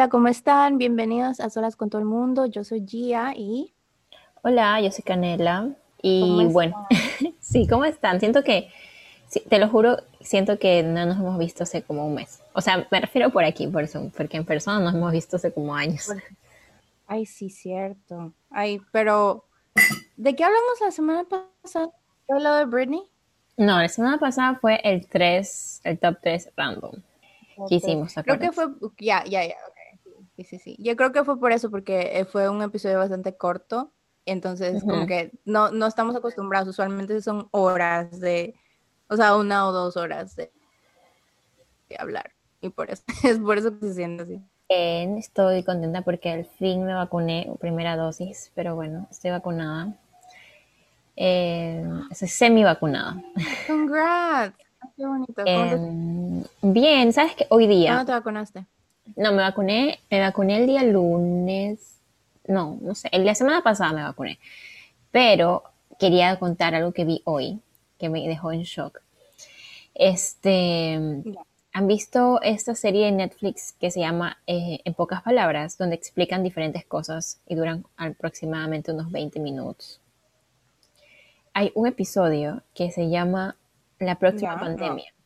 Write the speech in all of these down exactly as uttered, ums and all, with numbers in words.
Hola, ¿cómo están? Bienvenidos a Solas con todo el mundo. Yo soy Gia y Hola, yo soy Canela ¿cómo y bueno, están? sí, ¿cómo están? Siento que, sí, te lo juro, siento que no nos hemos visto hace como un mes. O sea, me refiero por aquí, por Zoom, porque en persona nos hemos visto hace como años. Por- Ay, sí, cierto. Ay, pero ¿de qué hablamos la semana pasada? ¿Fue lo de Britney? No, la semana pasada fue el tres, el top tres random que Entonces, hicimos, ¿te creo que acuerdas? fue, ya, ya, ya, ok, sí, sí, sí, sí. Yo creo que fue por eso, porque eh, fue un episodio bastante corto, entonces como Ujú. que no, no estamos acostumbrados, usualmente son horas de, o sea, una o dos horas de, de hablar, y por eso, es por eso que se siente así. Bien, estoy contenta porque al fin me vacuné, primera dosis, pero bueno, estoy vacunada. Eh, Estoy semi vacunada. Congrats. Ay, qué bonito. ¿Cómo te, Bien, ¿sabes qué? Hoy día ¿Cuándo te vacunaste? no, me vacuné, me vacuné el día lunes, no, no sé, el la semana pasada me vacuné, pero quería contar algo que vi hoy, que me dejó en shock. Este, Ya. ¿Han visto esta serie de Netflix que se llama eh, En pocas palabras, donde explican diferentes cosas y duran aproximadamente unos veinte minutos? Hay un episodio que se llama La próxima Ya, no. pandemia.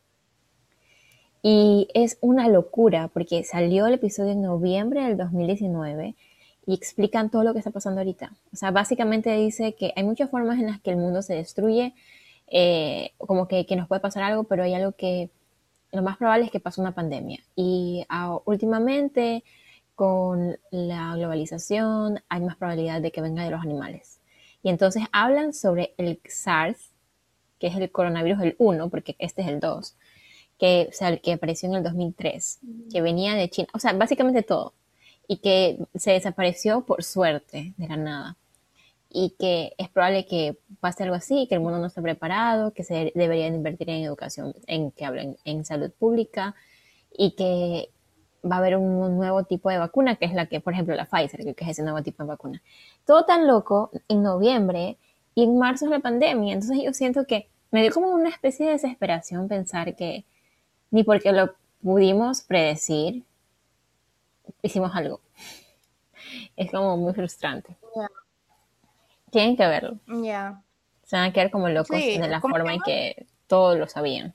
Y es una locura porque salió el episodio en noviembre del dos mil diecinueve y explican todo lo que está pasando ahorita. O sea, básicamente dice que hay muchas formas en las que el mundo se destruye, eh, como que, que nos puede pasar algo, pero hay algo que lo más probable es que pase una pandemia. Y ah, últimamente, con la globalización, hay más probabilidad de que venga de los animales. Y entonces hablan sobre el SARS, que es el coronavirus el uno, porque este es el dos, que, o sea, que apareció en el dos mil tres, que venía de China, o sea, básicamente todo, y que se desapareció por suerte de la nada, y que es probable que pase algo así, que el mundo no esté preparado, que se debería invertir en educación, en que hablen en salud pública, y que va a haber un nuevo tipo de vacuna, que es la que, por ejemplo, la Pfizer, que es ese nuevo tipo de vacuna. Todo tan loco en noviembre y en marzo es la pandemia, entonces yo siento que me dio como una especie de desesperación pensar que ni porque lo pudimos predecir, hicimos algo. Es como muy frustrante. Ya, Tienen que verlo. ya. Se van a quedar como locos Sí, de la ¿cómo se forma en llama? que todos lo sabían.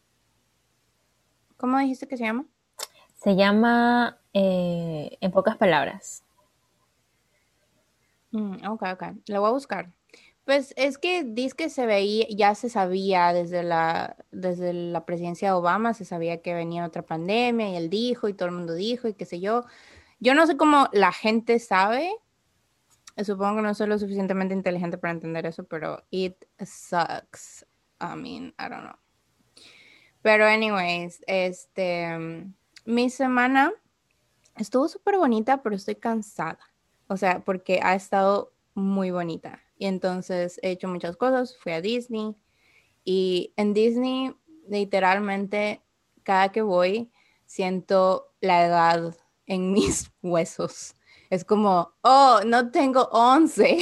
¿Cómo dijiste que se llama? Se llama, eh, en pocas palabras, Mm, ok, ok. Lo voy a buscar. Pues es que dice que se veía, ya se sabía desde la, desde la presidencia de Obama, se sabía que venía otra pandemia y él dijo y todo el mundo dijo y qué sé yo. Yo no sé cómo la gente sabe, eh, supongo que no soy lo suficientemente inteligente para entender eso, pero it sucks. I mean, I don't know. Pero anyways, este, mm, mi semana estuvo súper bonita, pero estoy cansada. O sea, porque ha estado muy bonita. Y entonces he hecho muchas cosas. Fui a Disney y en Disney, literalmente, cada que voy, siento la edad en mis huesos. Es como, oh, no tengo once.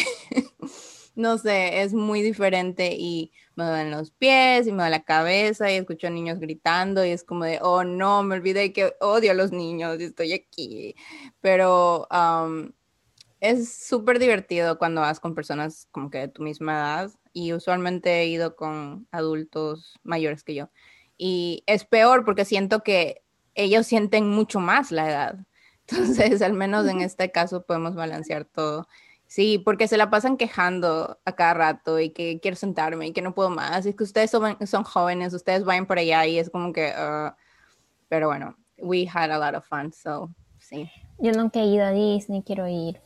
No sé, es muy diferente y me duelen los pies y me duele la cabeza y escucho a niños gritando y es como de, oh no, me olvidé que odio a los niños y estoy aquí. Pero um, es súper divertido cuando vas con personas como que de tu misma edad y usualmente he ido con adultos mayores que yo. Y es peor porque siento que ellos sienten mucho más la edad. Entonces, al menos en este caso podemos balancear todo. Sí, porque se la pasan quejando a cada rato y que quiero sentarme y que no puedo más. Es que ustedes son, son jóvenes, ustedes vayan por allá y es como que, uh, pero bueno, we had a lot of fun, so sí. yo nunca he ido a Disney, quiero ir.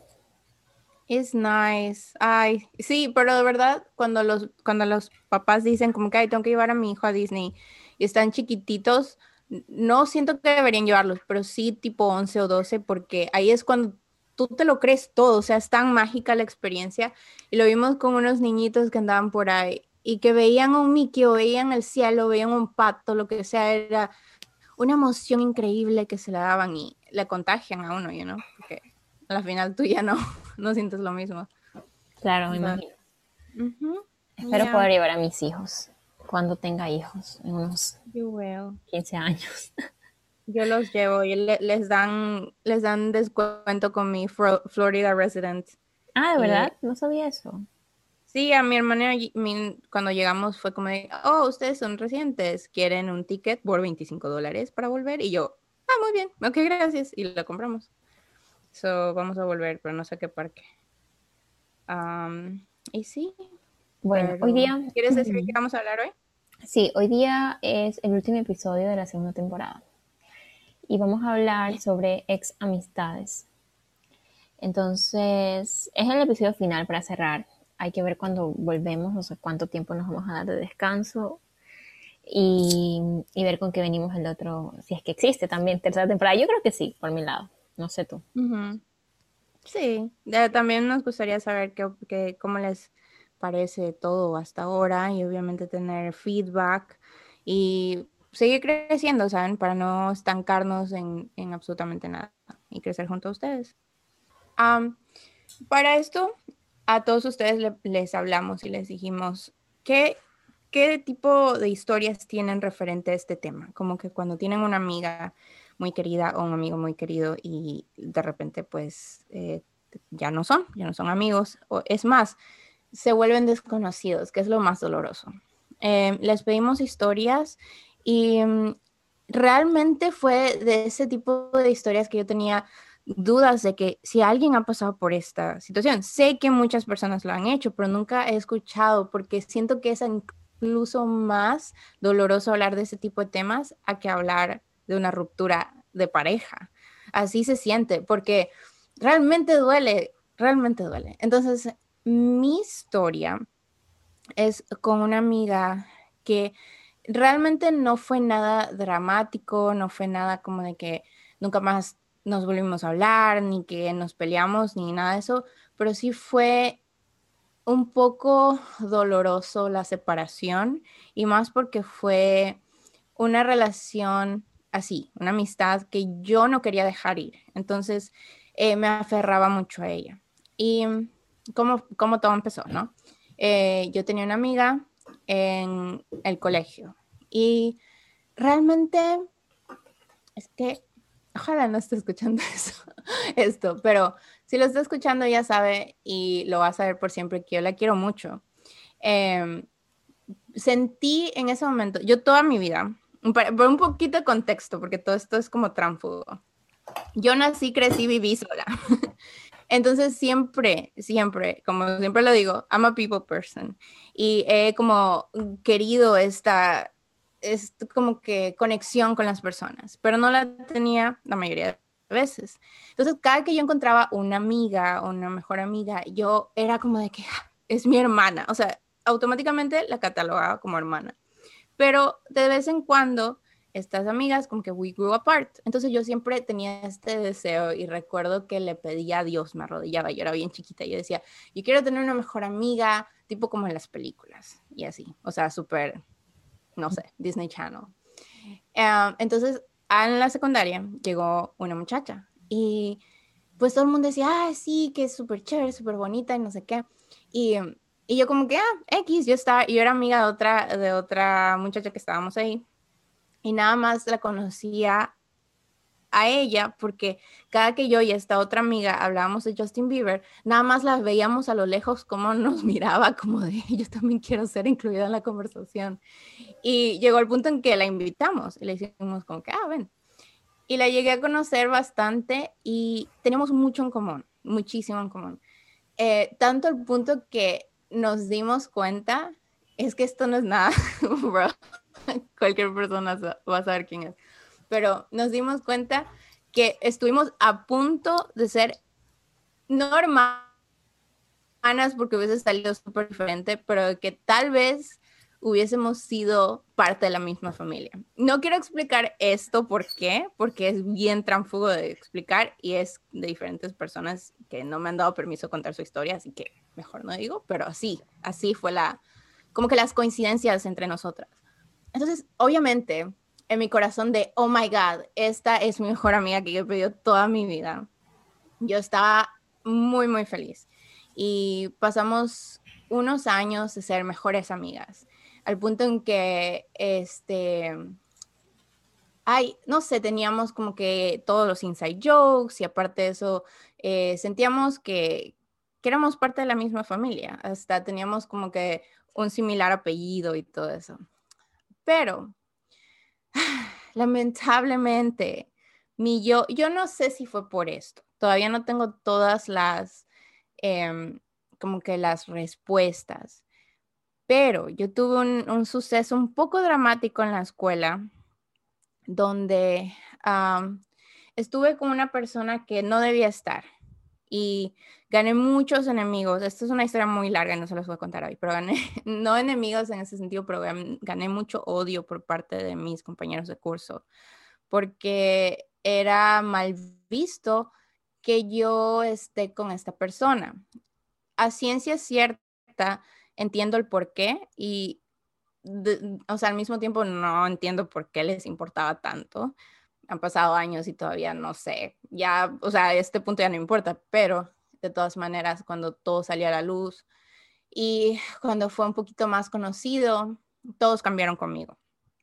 It's nice. Ay, sí, pero de verdad, cuando los, cuando los papás dicen como que ay, tengo que llevar a mi hijo a Disney y están chiquititos, n- no siento que deberían llevarlos, pero sí tipo once o doce porque ahí es cuando tú te lo crees todo, o sea, es tan mágica la experiencia. Y lo vimos con unos niñitos que andaban por ahí y que veían un Mickey o veían el cielo, veían un pato, lo que sea, era una emoción increíble que se la daban y le contagian a uno, you know, porque al final tú ya no, no sientes lo mismo. Claro, me But, imagino. mhm, Espero yeah, poder llevar a mis hijos cuando tenga hijos, en unos you will. quince años. Yo los llevo y le- les dan, les dan descuento con mi Fro- Florida Resident. Ah, ¿de Y verdad? No sabía eso. sí, a mi hermana y- mi- cuando llegamos fue como de, oh, ustedes son recientes, ¿quieren un ticket por veinticinco dólares para volver? Y yo, ah, muy bien, ok, gracias. Y lo compramos. So, vamos a volver, pero no sé a qué parque. Am, y sí, Bueno, hoy pero día, ¿quieres decir qué vamos a hablar hoy? sí, hoy día es el último episodio de la segunda temporada y vamos a hablar sobre ex amistades. Entonces, es el episodio final para cerrar. Hay que ver cuando volvemos, no sé cuánto tiempo nos vamos a dar de descanso y, y ver con qué venimos el otro, si es que existe también tercera temporada. Yo creo que sí, por mi lado. No sé tú. Ujú. Sí, eh, también nos gustaría saber qué, qué- cómo les parece todo hasta ahora y obviamente tener feedback y seguir creciendo, ¿saben? Para no estancarnos en, en absolutamente nada y crecer junto a ustedes. Am, para esto, a todos ustedes le- les hablamos y les dijimos, ¿qué, qué tipo de historias tienen referente a este tema? Como que cuando tienen una amiga muy querida o un amigo muy querido y de repente pues eh, ya no son, ya no son amigos, o es más, se vuelven desconocidos, que es lo más doloroso. Eh, les pedimos historias y mm, realmente fue de ese tipo de historias que yo tenía dudas de que si alguien ha pasado por esta situación, sé que muchas personas lo han hecho, pero nunca he escuchado porque siento que es incluso más doloroso hablar de ese tipo de temas a que hablar de una ruptura de pareja. Así se siente, porque realmente duele, realmente duele. Entonces, mi historia es con una amiga que realmente no fue nada dramático, no fue nada como de que nunca más nos volvimos a hablar, ni que nos peleamos, ni nada de eso, pero sí fue un poco doloroso la separación y más porque fue una relación así, una amistad que yo no quería dejar ir. Entonces eh, me aferraba mucho a ella. Y como, como todo empezó, ¿no? Eh, yo tenía una amiga en el colegio y realmente es que ojalá no esté escuchando eso, esto, pero si lo está escuchando ya sabe y lo va a saber por siempre que yo la quiero mucho. Eh, Sentí en ese momento, yo toda mi vida, para- por un poquito de contexto, porque todo esto es como tránfugo. Yo nací, crecí, viví sola. Entonces siempre, siempre, como siempre lo digo, I'm a people person. Y he como querido esta, esta como que conexión con las personas, pero no la tenía la mayoría de veces. Entonces cada que yo encontraba una amiga o una mejor amiga, yo era como de que "Ah, es mi hermana". O sea, automáticamente la catalogaba como hermana. Pero de vez en cuando estas amigas como que we grew apart. Entonces yo siempre tenía este deseo y recuerdo que le pedía a Dios, me arrodillaba, yo era bien chiquita, yo decía, yo quiero tener una mejor amiga, tipo como en las películas y así, o sea, súper, no sé, Disney Channel. Uh, entonces, en la secundaria llegó una muchacha y pues todo el mundo decía, ah, sí, que es súper chévere, súper bonita y no sé qué. Y, y yo como que, ah, X, yo estaba, yo era amiga de otra, de otra muchacha que estábamos ahí y nada más la conocía a ella porque cada que yo y esta otra amiga hablábamos de Justin Bieber, nada más la veíamos a lo lejos como nos miraba, como de yo también quiero ser incluida en la conversación. Y llegó el punto en que la invitamos y le dijimos como que, ah, ven. Y la llegué a conocer bastante y tenemos mucho en común, muchísimo en común. Eh, tanto el punto que nos dimos cuenta, es que esto no es nada, bro, cualquier persona va a saber quién es, pero nos dimos cuenta que estuvimos a punto de ser no hermanas porque hubiese salido súper diferente, pero que tal vez hubiésemos sido parte de la misma familia. No quiero explicar esto por qué, porque es bien tránfugo de explicar y es de diferentes personas que no me han dado permiso de contar su historia, así que mejor no digo, pero así, así fue la, como que las coincidencias entre nosotras. Entonces, obviamente, en mi corazón de, oh my God, esta es mi mejor amiga que yo he pedido toda mi vida. Yo estaba muy, muy feliz. Y pasamos unos años de ser mejores amigas, al punto en que este, ay, no sé, teníamos como que todos los inside jokes y aparte de eso, eh, sentíamos que, que éramos parte de la misma familia. Hasta teníamos como que un similar apellido y todo eso. Pero, lamentablemente, mi yo, yo no sé si fue por esto. Todavía no tengo todas las, em, como que las respuestas. Pero yo tuve un, un suceso un poco dramático en la escuela donde am, estuve con una persona que no debía estar y gané muchos enemigos. Esta es una historia muy larga, no se los voy a contar hoy, pero gané, no enemigos en ese sentido, pero gan- gané mucho odio por parte de mis compañeros de curso, porque era mal visto que yo esté con esta persona. A ciencia cierta, entiendo el por qué y, de- o sea, al mismo tiempo no entiendo por qué les importaba tanto. Han pasado años y todavía no sé. Ya, o sea, a este punto ya no importa, pero de todas maneras, cuando todo salió a la luz y cuando fue un poquito más conocido, todos cambiaron conmigo.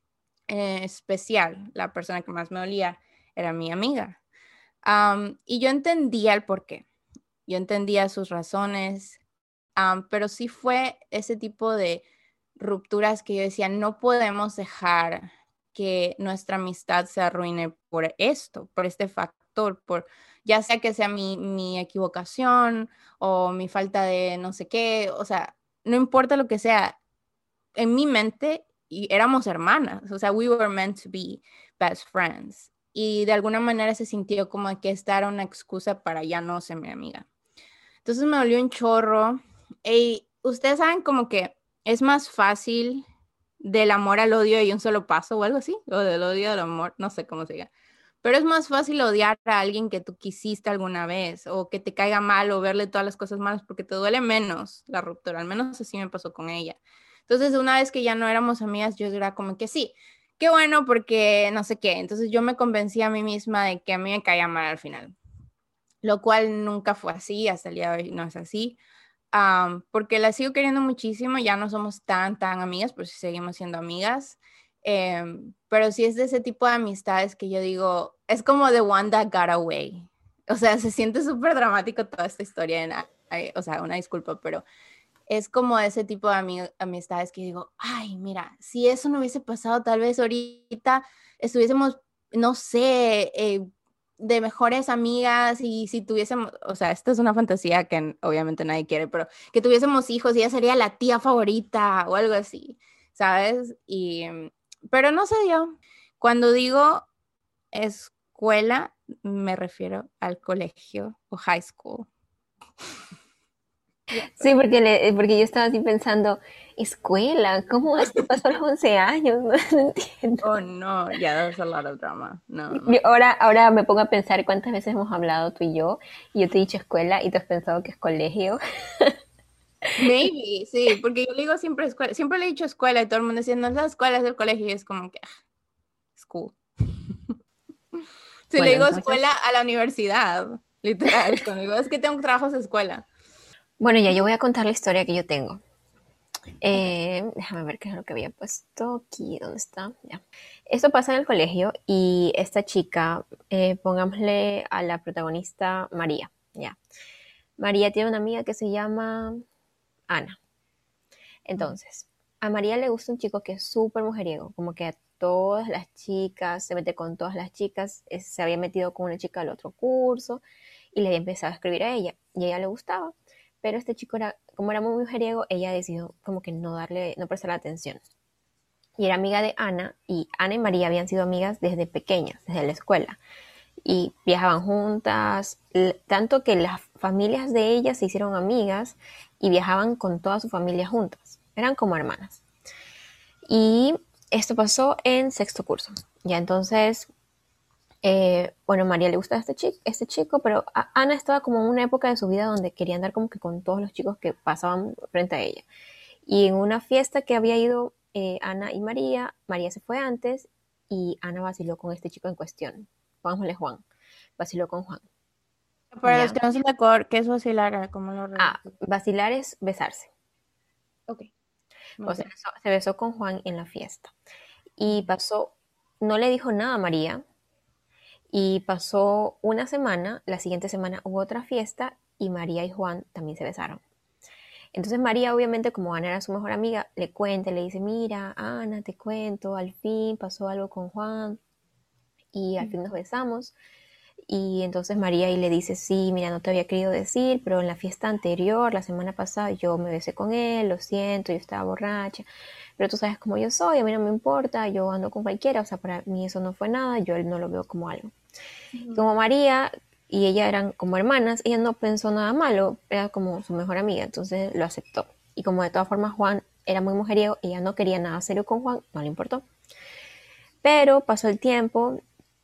En especial, la persona que más me dolía era mi amiga. Am, y yo entendía el por qué. Yo entendía sus razones, am, pero sí fue ese tipo de rupturas que yo decía, no podemos dejar que nuestra amistad se arruine por esto, por este factor, por ya sea que sea mi, mi equivocación o mi falta de no sé qué, o sea, no importa lo que sea, en mi mente y éramos hermanas, o sea, we were meant to be best friends. Y de alguna manera se sintió como que esta era una excusa para ya no ser mi amiga. Entonces me dolió un chorro. Y ustedes saben como que es más fácil del amor al odio y un solo paso o algo así, o del odio al amor, no sé cómo se diga. Pero es más fácil odiar a alguien que tú quisiste alguna vez o que te caiga mal o verle todas las cosas malas porque te duele menos la ruptura, al menos así me pasó con ella. Entonces, una vez que ya no éramos amigas, yo era como que sí, qué bueno porque no sé qué. Entonces yo me convencí a mí misma de que a mí me caía mal al final, lo cual nunca fue así, hasta el día de hoy no es así. Um, porque la sigo queriendo muchísimo, ya no somos tan, tan amigas, pues seguimos siendo amigas, um, pero sí es de ese tipo de amistades que yo digo, es como The One That Got Away, o sea, se siente súper dramático toda esta historia, en, ay, o sea, una disculpa, pero es como ese tipo de ami amistades que digo, ay, mira, si eso no hubiese pasado, tal vez ahorita estuviésemos, no sé, eh, de mejores amigas y si tuviésemos, o sea, esta es una fantasía que obviamente nadie quiere, pero que tuviésemos hijos y ella sería la tía favorita o algo así, ¿sabes? Y, pero no se dio. Cuando digo escuela, me refiero al colegio o high school. Ya Sí, sé. porque, le- porque yo estaba así pensando, escuela, ¿cómo esto pasó a los once años? No, no entiendo. Oh no, yeah, that's a lot of drama. No, Yo no. ahora, ahora me pongo a pensar cuántas veces hemos hablado tú y yo, y yo te he dicho escuela y tú has pensado que es colegio. Maybe, sí, porque yo le digo siempre escuela, siempre le he dicho escuela y todo el mundo dice, no es la escuela, es el colegio, y es como que, ah, school. Si le Bueno, digo escuela entonces, a la universidad, literal, cuando digo es que tengo trabajos de escuela. bueno, ya yo voy a contar la historia que yo tengo. Ok. Eh, déjame ver qué es lo que había puesto aquí, ¿dónde está? Ya. Esto pasa en el colegio y esta chica, eh, pongámosle a la protagonista María, ya. María tiene una amiga que se llama Ana. Ujú. Entonces, a María le gusta un chico que es súper mujeriego, como que a todas las chicas, se mete con todas las chicas, es- se había metido con una chica del otro curso y le había empezado a escribir a ella y a ella le gustaba, pero este chico era, como era muy mujeriego, ella decidió como que no darle, no prestarle atención. Y era amiga de Ana y Ana y María habían sido amigas desde pequeñas, desde la escuela y viajaban juntas, tanto que las familias de ellas se hicieron amigas y viajaban con toda su familia juntas. Eran como hermanas. Y esto pasó en sexto curso. Ya entonces, eh, bueno, María le gusta este chico, este chico, pero a Ana estaba como en una época de su vida donde quería andar como que con todos los chicos que pasaban frente a ella. Y en una fiesta que había ido eh, Ana y María, María se fue antes y Ana vaciló con este chico en cuestión. Pongámosle Juan. Vaciló con Juan. Para los Ya. que no son de acuerdo, ¿qué es vacilar? ¿Cómo lo Ah, redacto? vacilar es besarse. Ok, muy Pues se bien. besó, se besó con Juan en la fiesta. Y Ujú. pasó, no le dijo nada a María y pasó una semana, la siguiente semana hubo otra fiesta y María y Juan también se besaron. Entonces María, obviamente, como Ana era su mejor amiga, le cuenta, le dice, mira, Ana, te cuento, al fin pasó algo con Juan y al fin nos besamos. Y entonces María ahí le dice, sí, mira, no te había querido decir, pero en la fiesta anterior, la semana pasada, yo me besé con él, lo siento, yo estaba borracha, pero tú sabes cómo yo soy, a mí no me importa, yo ando con cualquiera, o sea, para mí eso no fue nada, yo él no lo veo como algo. Y Ujú. como María y ella eran como hermanas, ella no pensó nada malo, era como su mejor amiga, entonces lo aceptó. Y como de todas formas Juan era muy mujeriego, ella no quería nada serio con Juan, no le importó. Pero pasó el tiempo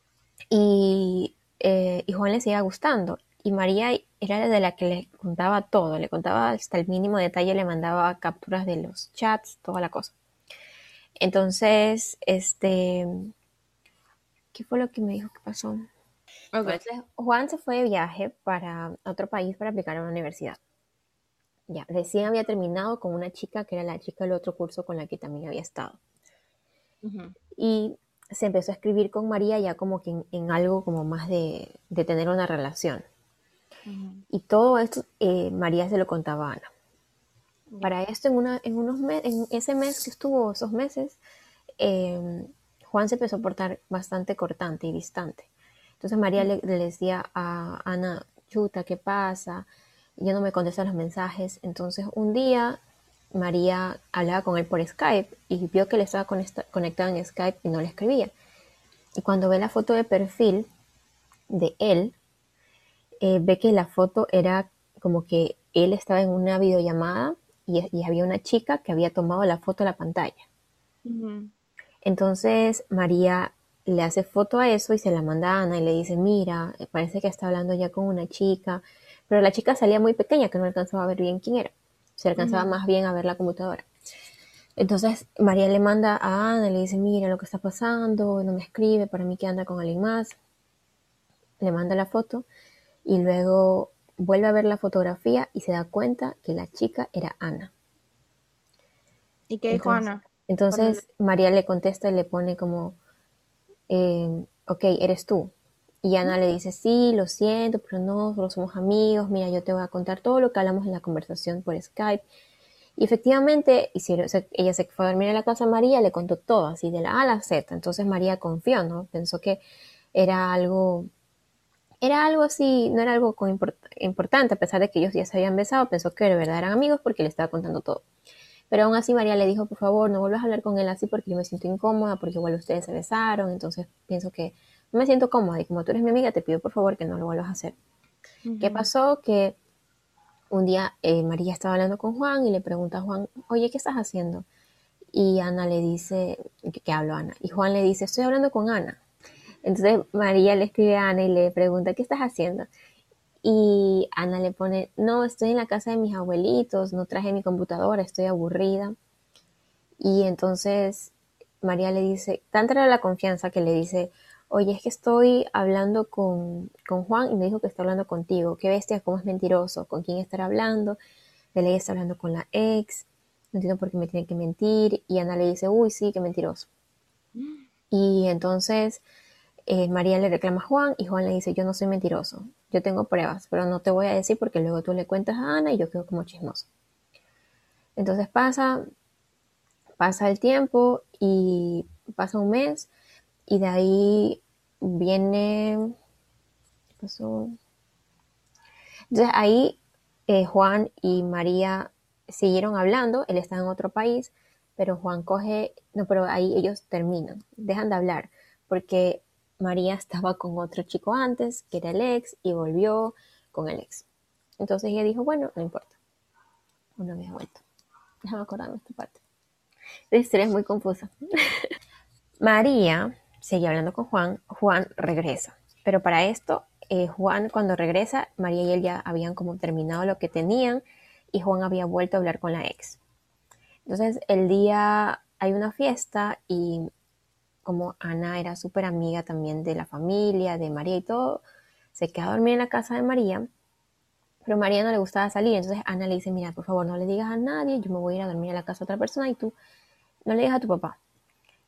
y, eh, y Juan le seguía gustando. Y María era de la que le contaba todo, le contaba hasta el mínimo detalle, le mandaba capturas de los chats, toda la cosa. Entonces, este, ¿qué fue lo que me dijo que pasó? Ok. Entonces, Juan se fue de viaje para otro país para aplicar a una universidad. Ya, recién había terminado con una chica que era la chica del otro curso con la que también había estado. Ujú. Y se empezó a escribir con María ya como que en, en algo como más de, de tener una relación. Ujú. Y todo esto eh, María se lo contaba a Ana. Ya. Para esto, en, una, en, unos me en ese mes que estuvo, esos meses, eh, Juan se empezó a portar bastante cortante y distante. Entonces María le, le decía a Ana, chuta, ¿qué pasa? Ya no me contesta los mensajes. Entonces un día María hablaba con él por Skype y vio que le estaba conectado en Skype y no le escribía. Y cuando ve la foto de perfil de él, eh, ve que la foto era como que él estaba en una videollamada y, y había una chica que había tomado la foto de la pantalla. Ujú. Entonces María le hace foto a eso y se la manda a Ana y le dice, mira, parece que está hablando ya con una chica, pero la chica salía muy pequeña que no alcanzaba a ver bien quién era, se alcanzaba Ujú. más bien a ver la computadora. Entonces María le manda a Ana y le dice, mira lo que está pasando, no me escribe, para mí que anda con alguien más, le manda la foto y luego vuelve a ver la fotografía y se da cuenta que la chica era Ana. ¿Y qué dijo Entonces, Ana? Cuando le- entonces María le contesta y le pone como, eh, ok, eres tú. Y Ana le dice, sí, lo siento, pero no, solo somos amigos, mira, yo te voy a contar todo lo que hablamos en la conversación por Skype. Y efectivamente, hicieron, se- ella se fue a dormir a la casa de María, le contó todo, así de la A a la Z. Entonces María confió, ¿no? Pensó que era algo, era algo así, no era algo con import- importante, a pesar de que ellos ya se habían besado, pensó que de verdad eran amigos porque le estaba contando todo. Pero aún así María le dijo, por favor, no vuelvas a hablar con él así porque yo me siento incómoda, porque igual ustedes se besaron, entonces pienso que no me siento cómoda y como tú eres mi amiga, te pido por favor que no lo vuelvas a hacer. ¿Qué Ujú. pasó? Que un día eh, María estaba hablando con Juan y le pregunta a Juan, oye, ¿qué estás haciendo? Y Ana le dice, que, que hablo Ana, y Juan le dice, estoy hablando con Ana. Entonces María le escribe a Ana y le pregunta, ¿qué estás haciendo? Y Ana le pone, no, estoy en la casa de mis abuelitos, no traje mi computadora, estoy aburrida. Y entonces María le dice, tanta era la confianza que le dice, oye, es que estoy hablando con, con Juan y me dijo que está hablando contigo. Qué bestia, cómo es mentiroso, con quién estará hablando. De ley está hablando con la ex, no entiendo por qué me tiene que mentir. Y Ana le dice, uy, sí, qué mentiroso. Y entonces eh, María le reclama a Juan y Juan le dice, yo no soy mentiroso, yo tengo pruebas, pero no te voy a decir porque luego tú le cuentas a Ana y yo quedo como chismoso. Entonces pasa, pasa el tiempo y pasa un mes y de ahí viene, pasó, entonces ahí eh, Juan y María siguieron hablando, él está en otro país, pero Juan coge, no, pero ahí ellos terminan, dejan de hablar, porque María estaba con otro chico antes, que era el ex, y volvió con el ex. Entonces ella dijo, bueno, no importa, una vez vuelto. Déjame acordarme esta parte. La historia es muy confusa. María seguía hablando con Juan, Juan regresa, pero para esto, eh, Juan cuando regresa, María y él ya habían como terminado lo que tenían y Juan había vuelto a hablar con la ex. Entonces el día hay una fiesta y como Ana era súper amiga también de la familia, de María y todo, se queda a dormir en la casa de María, pero a María no le gustaba salir, entonces Ana le dice, mira, por favor no le digas a nadie, yo me voy a ir a dormir a la casa de otra persona y tú no le digas a tu papá.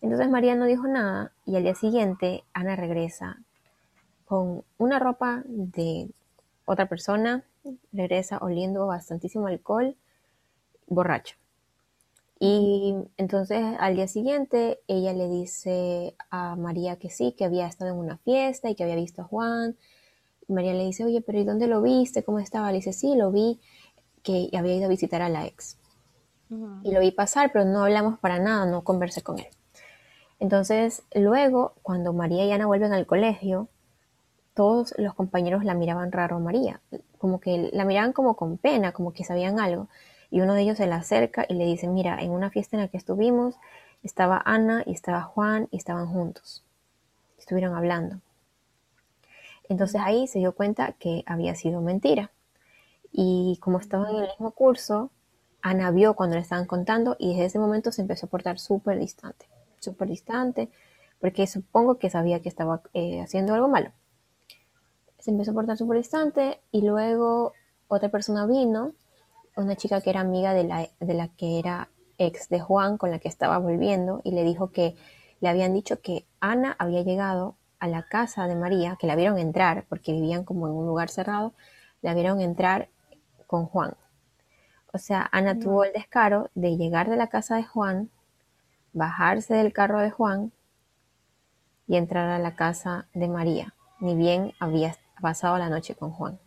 Entonces María no dijo nada y al día siguiente Ana regresa con una ropa de otra persona, regresa oliendo bastantísimo alcohol, borracho. Y entonces al día siguiente ella le dice a María que sí, que había estado en una fiesta y que había visto a Juan. Y María le dice, oye, pero ¿y dónde lo viste? ¿Cómo estaba? Le dice, sí, lo vi, que había ido a visitar a la ex. Ujú. Y lo vi pasar, pero no hablamos para nada, no conversé con él. Entonces, luego, cuando María y Ana vuelven al colegio, todos los compañeros la miraban raro a María, como que la miraban como con pena, como que sabían algo. Y uno de ellos se la acerca y le dice, mira, en una fiesta en la que estuvimos, estaba Ana y estaba Juan y estaban juntos. Estuvieron hablando. Entonces Ujú. ahí se dio cuenta que había sido mentira. Y como estaban en el mismo curso, Ana vio cuando le estaban contando y desde ese momento se empezó a portar súper distante, súper distante, porque supongo que sabía que estaba eh, haciendo algo malo. Se empezó a portar súper distante y luego otra persona vino, una chica que era amiga de la, de la que era ex de Juan, con la que estaba volviendo, y le dijo que le habían dicho que Ana había llegado a la casa de María, que la vieron entrar, porque vivían como en un lugar cerrado, la vieron entrar con Juan. O sea, Ana tuvo Ujú. el descaro de llegar de la casa de Juan, bajarse del carro de Juan y entrar a la casa de María, ni bien había pasado la noche con Juan.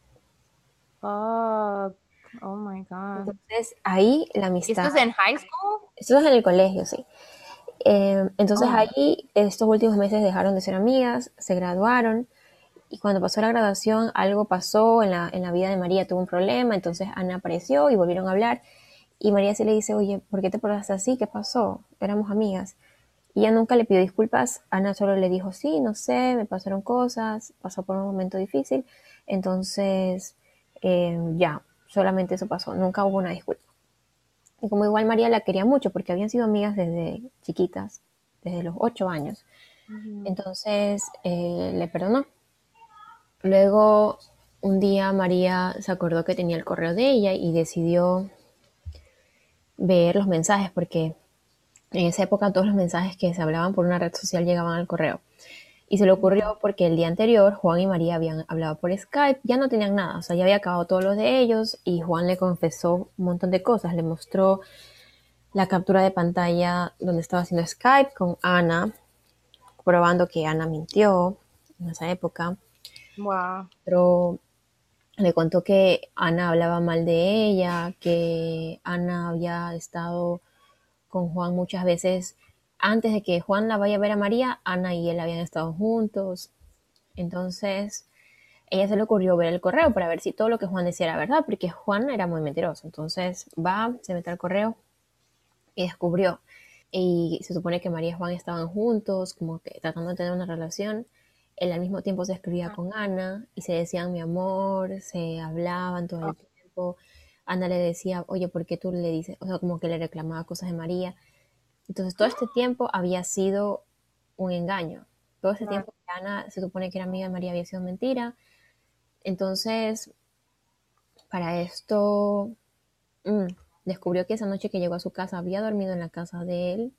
Fuck. Oh my God. Entonces ahí la ¿Y esto amistad, es en high school? esto es en el colegio, sí. Eh, entonces Oh. ahí estos últimos meses dejaron de ser amigas, se graduaron y cuando pasó la graduación algo pasó en la, en la vida de María, tuvo un problema, entonces Ana apareció y volvieron a hablar y María se le dice, oye, ¿por qué te portaste así? ¿Qué pasó? Éramos amigas. Y ella nunca le pidió disculpas, Ana solo le dijo, sí, no sé, me pasaron cosas, pasó por un momento difícil, entonces eh, ya, solamente eso pasó, nunca hubo una disculpa. Y como igual María la quería mucho porque habían sido amigas desde chiquitas, desde los ocho años, Ujú. entonces eh, le perdonó. Luego un día María se acordó que tenía el correo de ella y decidió ver los mensajes porque en esa época todos los mensajes que se hablaban por una red social llegaban al correo. Y se le Wow. ocurrió porque el día anterior Juan y María habían hablado por Skype, ya no tenían nada, o sea, ya había acabado todos los de ellos y Juan le confesó un montón de cosas, le mostró la captura de pantalla donde estaba haciendo Skype con Ana, probando que Ana mintió en esa época, Wow. pero le contó que Ana hablaba mal de ella, que Ana había estado con Juan muchas veces antes de que Juan la vaya a ver a María, Ana y él habían estado juntos. Entonces, ella se le ocurrió ver el correo para ver si todo lo que Juan decía era verdad, porque Juan era muy mentiroso. Entonces va, se mete al correo y descubrió. Y se supone que María y Juan estaban juntos, como que tratando de tener una relación. Él al mismo tiempo se escribía con Ana y se decían mi amor, se hablaban todo Oh, el tiempo. Ana le decía, oye, ¿por qué tú le dices? O sea, como que le reclamaba cosas de María. Entonces todo este tiempo había sido un engaño. Todo este claro. tiempo que Ana se supone que era amiga de María había sido mentira. Entonces, para esto, mm, descubrió que esa noche que llegó a su casa había dormido en la casa de él.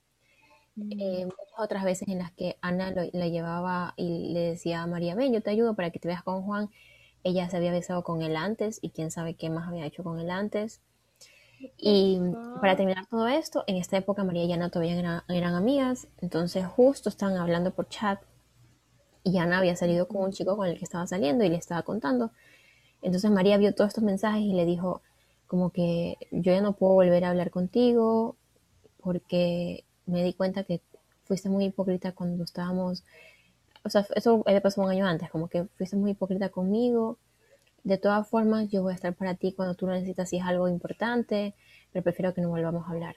Mm. Eh, muchas otras veces en las que Ana lo, la llevaba y le decía a María, ven, yo te ayudo para que te veas con Juan. Ella se había besado con él antes y quién sabe qué más había hecho con él antes. Oh, Y para fuck. terminar todo esto, en esta época María y Ana todavía eran, eran amigas, entonces justo estaban hablando por chat y Ana había salido con un chico con el que estaba saliendo y le estaba contando. Entonces María vio todos estos mensajes y le dijo como que yo ya no puedo volver a hablar contigo porque me di cuenta que fuiste muy hipócrita cuando estábamos, o sea, eso había pasado un año antes, como que fuiste muy hipócrita conmigo. De todas formas, yo voy a estar para ti cuando tú lo necesitas si es algo importante, pero prefiero que no volvamos a hablar.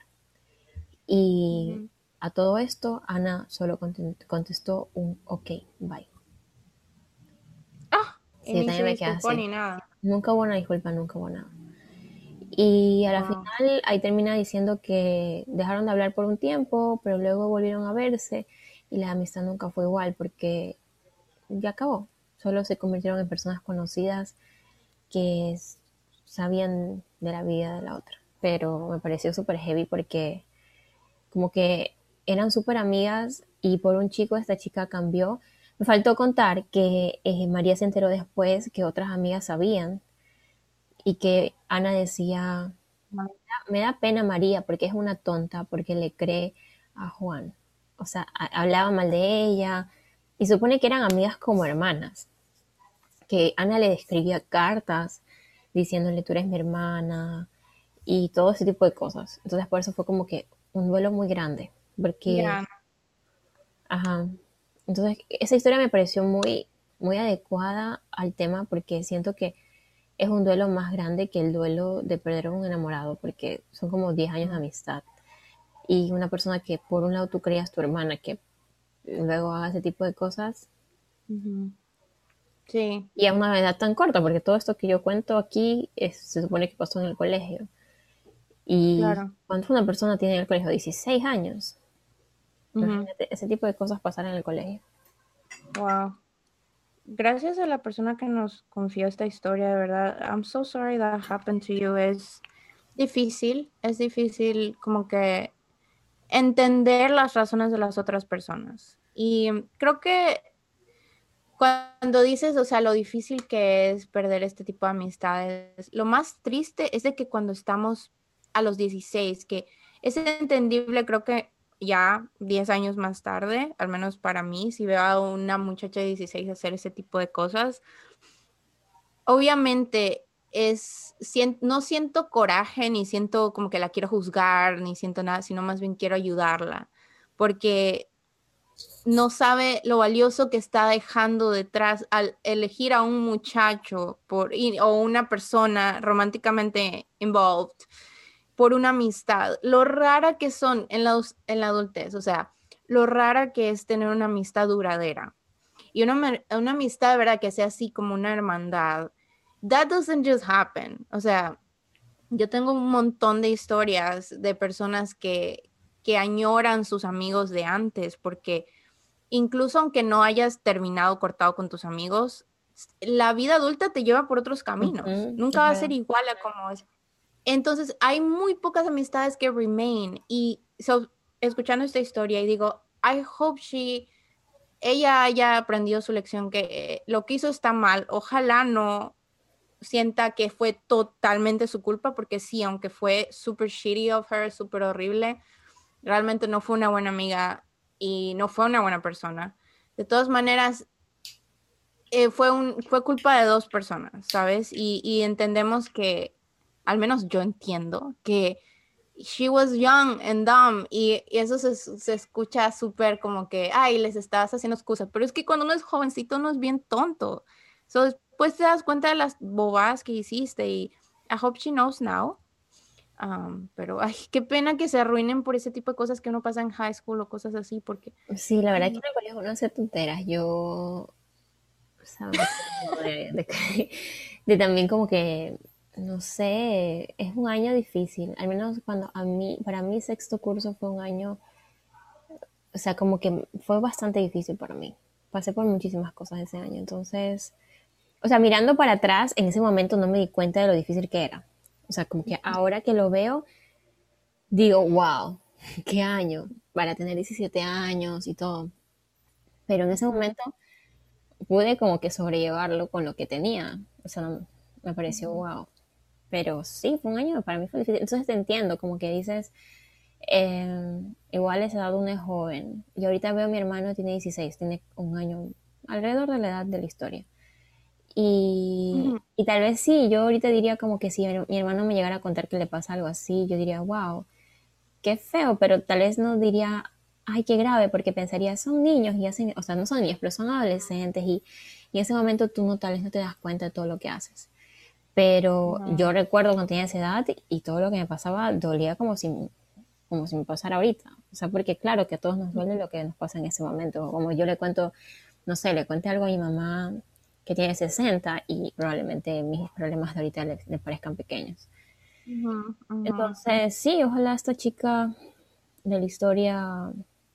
Y Ujú. a todo esto, Ana solo contestó un ok, bye. Ah, y Sí, yo ni se también me quedé disculpó así. ni nada. Nunca hubo una disculpa, nunca hubo nada. Y a la Wow. final ahí termina diciendo que dejaron de hablar por un tiempo, pero luego volvieron a verse y la amistad nunca fue igual porque ya acabó. Solo se convirtieron en personas conocidas que sabían de la vida de la otra. Pero me pareció súper heavy porque como que eran súper amigas y por un chico esta chica cambió. Me faltó contar que eh, María se enteró después que otras amigas sabían y que Ana decía, me da pena María porque es una tonta, porque le cree a Juan. O sea, a- hablaba mal de ella y supone que eran amigas como hermanas, que Ana le escribía cartas diciéndole tú eres mi hermana y todo ese tipo de cosas. Entonces por eso fue como que un duelo muy grande, porque, Ya, ajá, entonces esa historia me pareció muy, muy adecuada al tema porque siento que es un duelo más grande que el duelo de perder a un enamorado, porque son como diez años de no. amistad. Y una persona que por un lado tú creías tu hermana, que luego haga ese tipo de cosas, Ujú. Sí, y a una edad tan corta, porque todo esto que yo cuento aquí es- se supone que pasó en el colegio. Y claro. cuando una persona tiene en el colegio dieciséis años, Ujú. imagínate ese tipo de cosas pasar en el colegio. Wow. Gracias a la persona que nos confió esta historia, de verdad. I'm so sorry that happened to you. Es difícil, es difícil como que entender las razones de las otras personas. Y creo que cuando dices, o sea, lo difícil que es perder este tipo de amistades, lo más triste es de que cuando estamos a los dieciséis, que es entendible, creo que ya diez años más tarde, al menos para mí, si veo a una muchacha de dieciséis hacer ese tipo de cosas, obviamente es, sien- no siento coraje, ni siento como que la quiero juzgar, ni siento nada, sino más bien quiero ayudarla, porque no sabe lo valioso que está dejando detrás al elegir a un muchacho por, y- o una persona románticamente involved por una amistad. Lo rara que son en la, us- en la adultez, o sea, lo rara que es tener una amistad duradera. Y una, mer- una amistad, ¿verdad? Que sea así como una hermandad. That doesn't just happen. O sea, yo tengo un montón de historias de personas que, que añoran sus amigos de antes porque incluso aunque no hayas terminado cortado con tus amigos, la vida adulta te lleva por otros caminos. Ujú, Nunca es va a verdad. ser igual a como es. Entonces, hay muy pocas amistades que remain. Y so, escuchando esta historia y digo, I hope she, ella haya aprendido su lección, que eh, lo que hizo está mal. Ojalá no sienta que fue totalmente su culpa, porque sí, aunque fue super shitty of her, súper horrible, realmente no fue una buena amiga y no fue una buena persona. De todas maneras, eh, fue, un, fue culpa de dos personas, ¿sabes? Y, y entendemos que, al menos yo entiendo, que she was young and dumb y, y eso se, se escucha súper como que, ay, les estabas haciendo excusas, pero es que cuando uno es jovencito uno es bien tonto. So, después te das cuenta de las bobadas que hiciste y I hope she knows now. Um, pero, ay, qué pena que se arruinen por ese tipo de cosas que uno pasa en high school o cosas así, porque, Sí, la ay, verdad que no. en el colegio uno hace tonteras. Yo, o sea, me acuerdo de, de que- de también como que, no sé, es un año difícil. Al menos cuando a mí, para mí sexto curso fue un año, o sea, como que fue bastante difícil para mí. Pasé por muchísimas cosas ese año. Entonces, o sea, mirando para atrás, en ese momento no me di cuenta de lo difícil que era. O sea, como que ahora que lo veo, digo, wow, qué año para tener diecisiete años y todo. Pero en ese Ujú, momento pude como que sobrellevarlo con lo que tenía. O sea, no, me pareció ujú, wow. Pero sí, fue un año, para mí fue difícil. Entonces te entiendo, como que dices, eh, igual esa edad uno es joven. Y ahorita veo a mi hermano, tiene dieciséis, tiene un año alrededor de la edad de la historia. Y, ujú, y tal vez sí, yo ahorita diría como que si mi hermano me llegara a contar que le pasa algo así, yo diría, wow, qué feo, pero tal vez no diría, ay, qué grave, porque pensaría, son niños y hacen, o sea, no son niños, pero son adolescentes y, y en ese momento tú no, tal vez no te das cuenta de todo lo que haces. Pero yo no, recuerdo cuando tenía esa edad y todo lo que me pasaba dolía como si, como si me pasara ahorita. O sea, porque claro que a todos nos duele lo que nos pasa en ese momento. Como yo le cuento, no sé, le cuente algo a mi mamá que tiene sesenta y probablemente mis problemas de ahorita le, le parezcan pequeños. ujú, ujú. Entonces, sí, ojalá esta chica de la historia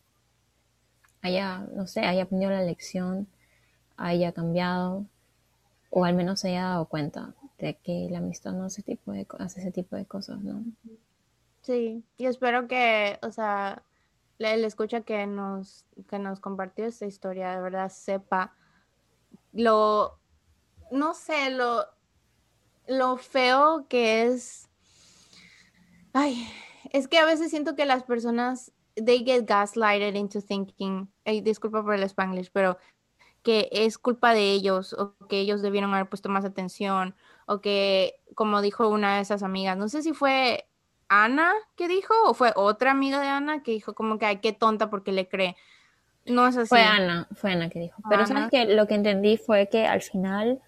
haya, no sé, haya aprendido la lección, haya cambiado, o al menos se haya dado cuenta de que la amistad no hace, tipo de, hace ese tipo de cosas, ¿no? Sí, y espero que, o sea, el escucha que nos, que nos compartió esta historia, de verdad sepa lo, no sé, lo, lo feo que es. Ay, es que a veces siento que las personas, they get gaslighted into thinking, ay, disculpa por el Spanglish, pero que es culpa de ellos o que ellos debieron haber puesto más atención o que, como dijo una de esas amigas, no sé si fue Ana que dijo o fue otra amiga de Ana que dijo como que, ay, qué tonta porque le cree. No es Fue así. Ana, fue Ana que dijo. Pero sabes Ana, que lo que entendí fue que al final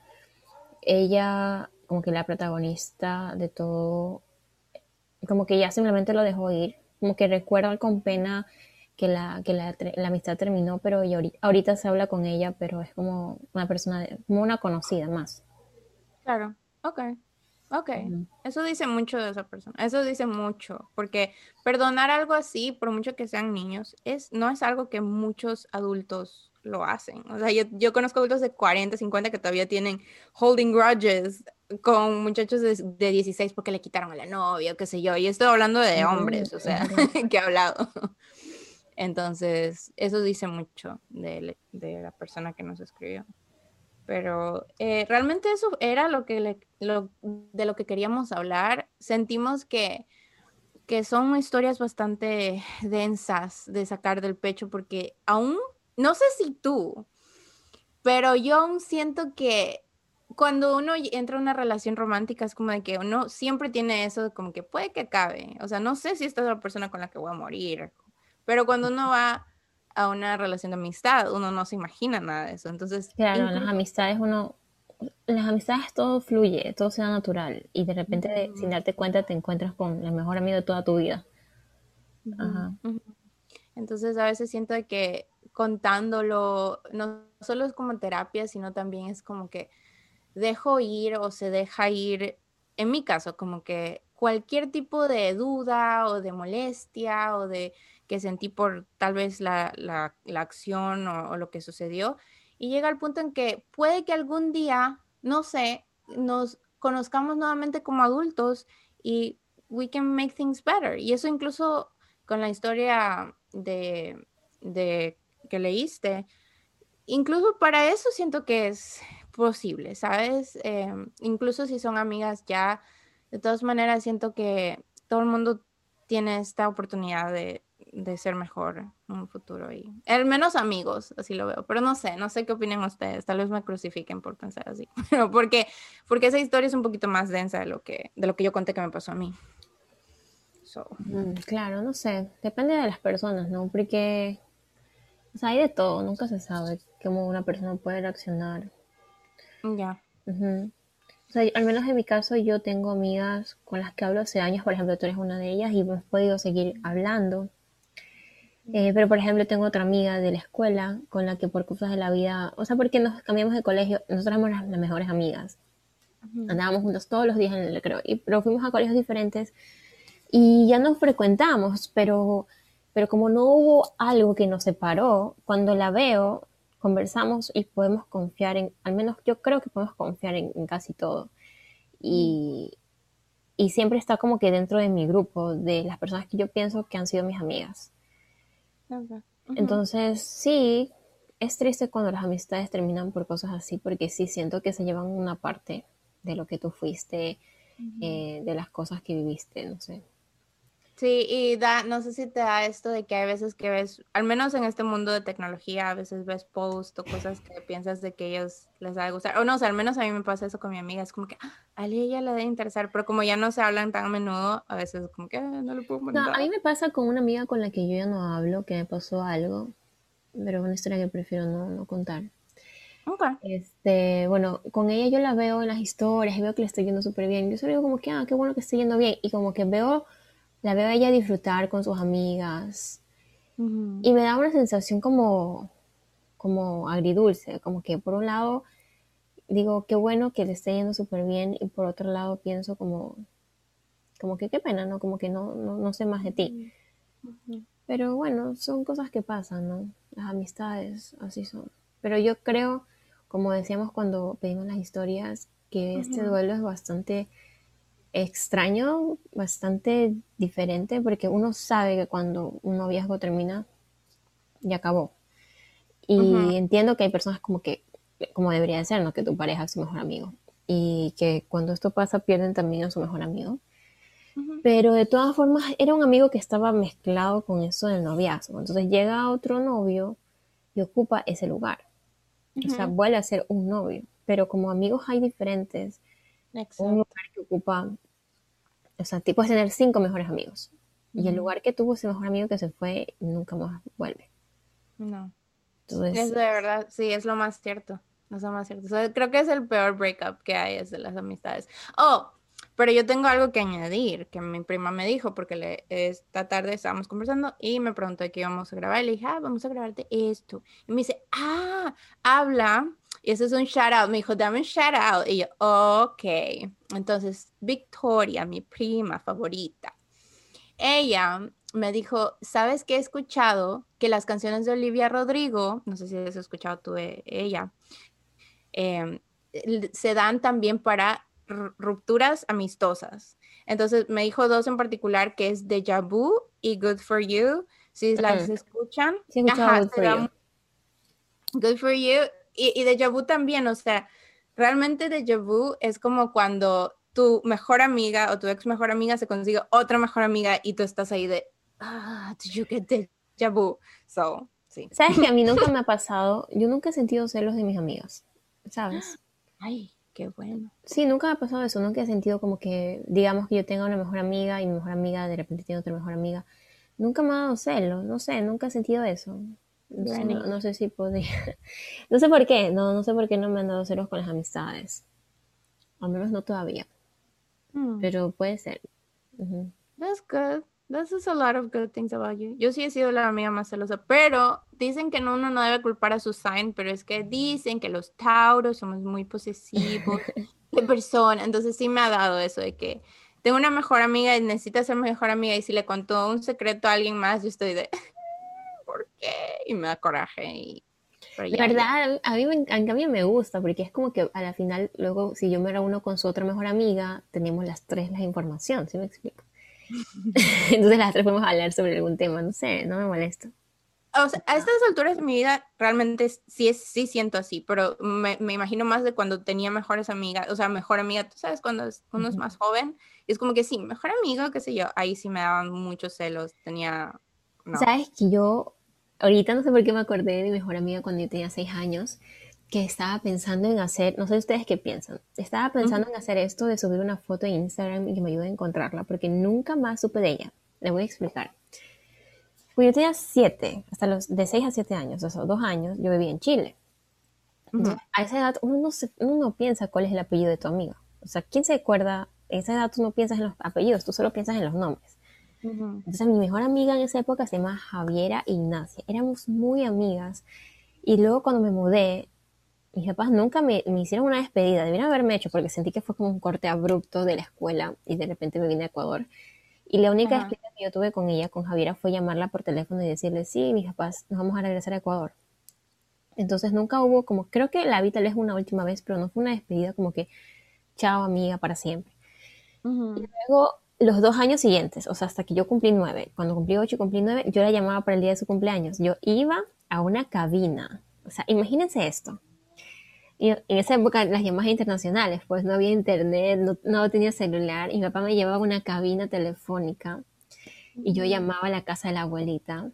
ella, como que la protagonista de todo, como que ya simplemente lo dejó ir, como que recuerda con pena que la, que la, la amistad terminó, pero y ahorita, ahorita se habla con ella, pero es como una persona, de- como una conocida más. claro, ok, ok. Ujú. Eso dice mucho de esa persona, eso dice mucho, porque perdonar algo así, por mucho que sean niños, es, no es algo que muchos adultos lo hacen. O sea, yo, yo conozco adultos de cuarenta, cincuenta que todavía tienen holding grudges con muchachos de, de dieciséis porque le quitaron a la novia, o qué sé yo, y estoy hablando de Mm, hombres, o es sea, verdad. que he hablado. Entonces, eso dice mucho de, de la persona que nos escribió. Pero eh, realmente eso era lo que le- lo, de lo que queríamos hablar. Sentimos que, que son historias bastante densas de sacar del pecho porque aún, no sé si tú, pero yo aún siento que cuando uno entra en una relación romántica es como de que uno siempre tiene eso de como que puede que acabe. O sea, no sé si esta es la persona con la que voy a morir, pero cuando uno va a una relación de amistad, uno no se imagina nada de eso. Entonces, Claro, en las incluso... amistades uno, en las amistades todo fluye, todo sea natural y de repente sin darte cuenta te encuentras con el mejor amigo de toda tu vida. Ujú, Ajá. ujú. Entonces a veces siento de que contándolo no solo es como terapia, sino también es como que dejo ir o se deja ir, en mi caso, como que cualquier tipo de duda o de molestia o de que sentí por tal vez la, la, la acción o, o lo que sucedió, y llega al punto en que puede que algún día, no sé, nos conozcamos nuevamente como adultos y we can make things better. Y eso incluso con la historia de, de que leíste. Incluso para eso siento que es posible, ¿sabes? Eh, incluso si son amigas ya, de todas maneras siento que todo el mundo tiene esta oportunidad de, de ser mejor en un futuro y al menos amigos, así lo veo, pero no sé, no sé qué opinan ustedes, tal vez me crucifiquen por pensar así, pero porque, porque esa historia es un poquito más densa de lo que, de lo que yo conté que me pasó a mí. So, Mm, claro, no sé, depende de las personas, ¿no? Porque, o sea, hay de todo, nunca se sabe cómo una persona puede reaccionar. ya. Ujú. O sea, al menos en mi caso yo tengo amigas con las que hablo hace años, por ejemplo, tú eres una de ellas y hemos podido seguir hablando. Eh, pero, por ejemplo, tengo otra amiga de la escuela con la que por cosas de la vida, o sea, porque nos cambiamos de colegio, nosotras éramos las, las mejores amigas. Ujú, Andábamos juntos todos los días en el recreo, y, pero fuimos a colegios diferentes y ya nos frecuentamos, pero, pero como no hubo algo que nos separó, cuando la veo, conversamos y podemos confiar en, al menos yo creo que podemos confiar en, en casi todo. ujú, Y, y siempre está como que dentro de mi grupo, de las personas que yo pienso que han sido mis amigas. ok, ujú, Entonces, sí, es triste cuando las amistades terminan por cosas así, porque sí siento que se llevan una parte de lo que tú fuiste, ujú. eh, de las cosas que viviste, no sé. Sí, y da, no sé si te da esto de que hay veces que ves, al menos en este mundo de tecnología, a veces ves posts o cosas que piensas de que ellos les va a gustar. O no, o sea, al menos a mí me pasa eso con mi amiga, es como que "Ah, a ella le debe interesar", pero como ya no se hablan tan a menudo, a veces es como que "Ah, no le puedo No, a mí mandar". me pasa con una amiga con la que yo ya no hablo, que me pasó algo, pero es una historia que prefiero no, no contar. Ok. Este, bueno, con ella yo la veo en las historias y veo que le está yendo súper bien. Yo solo digo como que, ah, qué bueno que esté yendo bien. Y como que veo, la veo a ella disfrutar con sus amigas. Ujú, Y me da una sensación como, como agridulce, como que por un lado digo, qué bueno que le esté yendo súper bien y por otro lado pienso como, como que qué pena, ¿no? Como que no, no, no sé más de ti. ujú, ujú, Pero bueno, son cosas que pasan, ¿no? Las amistades así son. Pero yo creo, como decíamos cuando pedimos las historias, que este ujú. duelo es bastante extraño, bastante diferente, porque uno sabe que cuando un noviazgo termina, ya acabó. Ujú, Y entiendo que hay personas como que, como debería de ser, ¿no? Que tu pareja es su mejor amigo. Y que cuando esto pasa pierden también a su mejor amigo. ujú, Pero de todas formas era un amigo que estaba mezclado con eso del noviazgo. Entonces llega otro novio y ocupa ese lugar. O sea, ujú. vuelve a ser un novio. Pero como amigos hay diferentes, un lugar Exacto. que ocupa, o sea, tú puedes tener cinco mejores amigos. Y el Ujú. lugar que tuvo ese mejor amigo que se fue, nunca más vuelve. No. Es Entonces, de verdad, sí, es lo más cierto. Es lo más cierto. O sea, creo que es el peor breakup que hay, es de las amistades. Oh, pero yo tengo algo que añadir, que mi prima me dijo, porque le, esta tarde estábamos conversando y me preguntó de qué íbamos a grabar. Y le dije, ah, vamos a grabarte esto. Y me dice, ah, habla. Y eso es un shout out. Me dijo, dame un shout out. Y yo, ok. Entonces, Victoria, mi prima favorita. Ella me dijo, ¿sabes qué he escuchado? Que las canciones de Olivia Rodrigo, no sé si has escuchado tú de ella, eh, se dan también para r- rupturas amistosas. Entonces me dijo dos en particular que es Deja Vu y Good for You. Si las mm, escuchan, sí he escuchado ajá, Good se for You. da Good for You y, y Deja Vu también, o sea, realmente Deja Vu es como cuando tu mejor amiga o tu ex mejor amiga se consigue otra mejor amiga y tú estás ahí de, ah, did you get Deja Vu? So, sí. ¿Sabes que a mí nunca me ha pasado? Yo nunca he sentido celos de mis amigas, ¿sabes? Ay, qué bueno. Sí, nunca me ha pasado eso, nunca he sentido como que, digamos que yo tenga una mejor amiga y mi mejor amiga de repente tiene otra mejor amiga. Nunca me ha dado celos, no sé, nunca he sentido eso. Entonces no, Granny. no sé si podría. No sé por qué, no, no sé por qué no me han dado celos con las amistades. Al menos no todavía, Hmm. pero puede ser. Ujú. That's good. That says a lot of good things about you. Yo sí he sido la amiga más celosa, pero dicen que no, uno no debe culpar a su sign, pero es que dicen que los Tauros somos muy posesivos de persona. Entonces sí me ha dado eso de que tengo una mejor amiga y necesita ser mi mejor amiga y si le contó un secreto a alguien más, yo estoy de, ¿por qué? Y me da coraje. Y... Pero De ya, ya. verdad, a mí, me, en cambio me gusta, porque es como que a la final, luego, si yo me reúno con su otra mejor amiga, tenemos las tres la información, ¿sí me explico? Entonces las tres podemos hablar sobre algún tema, no sé, no me molesta. O sea, a estas alturas de mi vida realmente es- sí, es, sí siento así, pero me, me imagino más de cuando tenía mejores amigas, o sea, mejor amiga, tú sabes, cuando es- uno es Ujú. más joven, y es como que sí, mejor amigo, qué sé yo, ahí sí me daban muchos celos, tenía, no. Sabes que yo, ahorita no sé por qué me acordé de mi mejor amiga cuando yo tenía seis años, que estaba pensando en hacer, no sé ustedes qué piensan, estaba Ujú, pensando en hacer esto de subir una foto en Instagram y que me ayude a encontrarla, porque nunca más supe de ella. Le voy a explicar. Pues yo tenía siete, hasta los de seis a siete años, o sea, dos años, yo vivía en Chile. ujú. Entonces, a esa edad uno no, se, uno no piensa cuál es el apellido de tu amiga. O sea, ¿quién se acuerda? A esa edad tú no piensas en los apellidos, tú solo piensas en los nombres. Ujú. Entonces, mi mejor amiga en esa época se llama Javiera Ignacia. Éramos muy amigas. Y luego cuando me mudé, mis papás nunca me, me hicieron una despedida. Debieron haberme hecho porque sentí que fue como un corte abrupto de la escuela y de repente me vine a Ecuador. Y la única Ajá. despedida que yo tuve con ella, con Javiera, fue llamarla por teléfono y decirle, sí, mis papás, nos vamos a regresar a Ecuador. Entonces nunca hubo como, creo que la vi tal vez una última vez, pero no fue una despedida como que, chao amiga, para siempre. Ujú. Luego, los dos años siguientes, o sea, hasta que yo cumplí nueve, cuando cumplí ocho y cumplí nueve, yo la llamaba para el día de su cumpleaños. Yo iba a una cabina. O sea, imagínense esto. Y en esa época las llamadas internacionales, pues no había internet, no, no tenía celular, y mi papá me llevaba a una cabina telefónica y yo Ujú. llamaba a la casa de la abuelita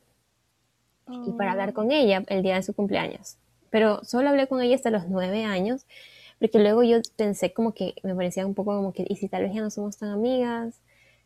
y para hablar Oh. con ella el día de su cumpleaños. Pero solo hablé con ella hasta los nueve años, porque luego yo pensé como que me parecía un poco como que, ¿y si tal vez ya no somos tan amigas?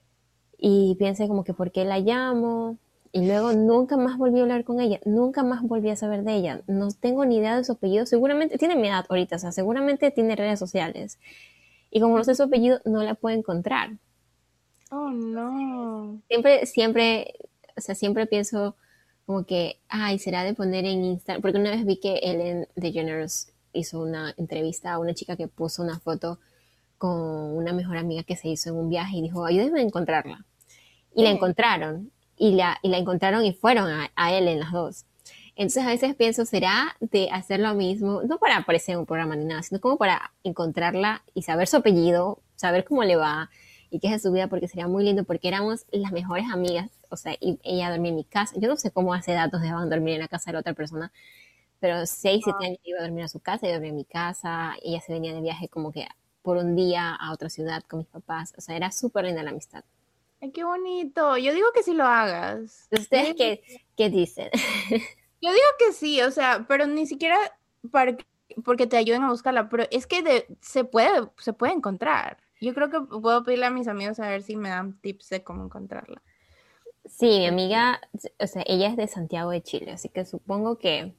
Y pensé como que por qué la llamo. Y luego nunca más volví a hablar con ella, nunca más volví a saber de ella. No tengo ni idea de su apellido, seguramente tiene mi edad ahorita, o sea, seguramente tiene redes sociales. Y como no sé Ujú. su apellido, no la puedo encontrar. Oh, no. Siempre, siempre, o sea, siempre pienso como que, ay, será de poner en Instagram, porque una vez vi que Ellen DeGeneres hizo una entrevista a una chica que puso una foto con una mejor amiga que se hizo en un viaje y dijo, ayúdenme a encontrarla. Y la Sí. encontraron, y la, y la encontraron y fueron a, a Ellen las dos. Entonces a veces pienso, ¿será de hacer lo mismo? No para aparecer en un programa ni nada, sino como para encontrarla y saber su apellido, saber cómo le va y qué es de su vida, porque sería muy lindo, porque éramos las mejores amigas, o sea, y ella dormía en mi casa. Yo no sé cómo hace datos de dormir en la casa de la otra persona, pero seis, siete años iba a dormir a su casa, yo dormía en mi casa, ella se venía de viaje como que por un día a otra ciudad con mis papás, o sea, era súper linda la amistad. Ay, qué bonito. Yo digo que sí lo hagas. Yo ¿Ustedes digo, qué, qué dicen? yo digo que sí, o sea, pero ni siquiera para que- porque te ayuden a buscarla, pero es que de- se puede, se puede encontrar. Yo creo que puedo pedirle a mis amigos a ver si me dan tips de cómo encontrarla. Sí, mi Porque, amiga, o sea, ella es de Santiago de Chile, así que supongo que